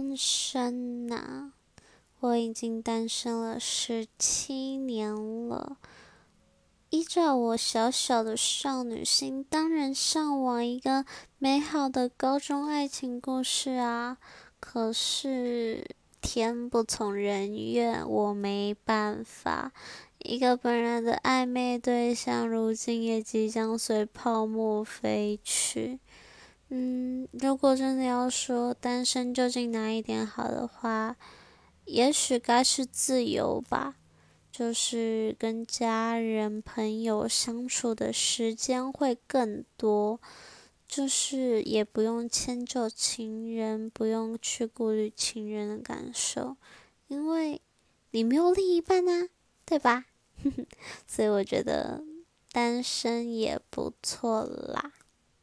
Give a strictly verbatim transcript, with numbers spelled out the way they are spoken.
单身呐、我已经单身了十七年了。依照我小小的少女心，当然向往一个美好的高中爱情故事啊。可是天不从人愿，我没办法。一个本来的暧昧对象，如今也即将随泡沫飞去。嗯，如果真的要说单身究竟哪一点好的话，也许该是自由吧。就是跟家人朋友相处的时间会更多，就是也不用迁就情人，不用去顾虑情人的感受，因为你没有另一半啊，对吧？所以我觉得单身也不错啦。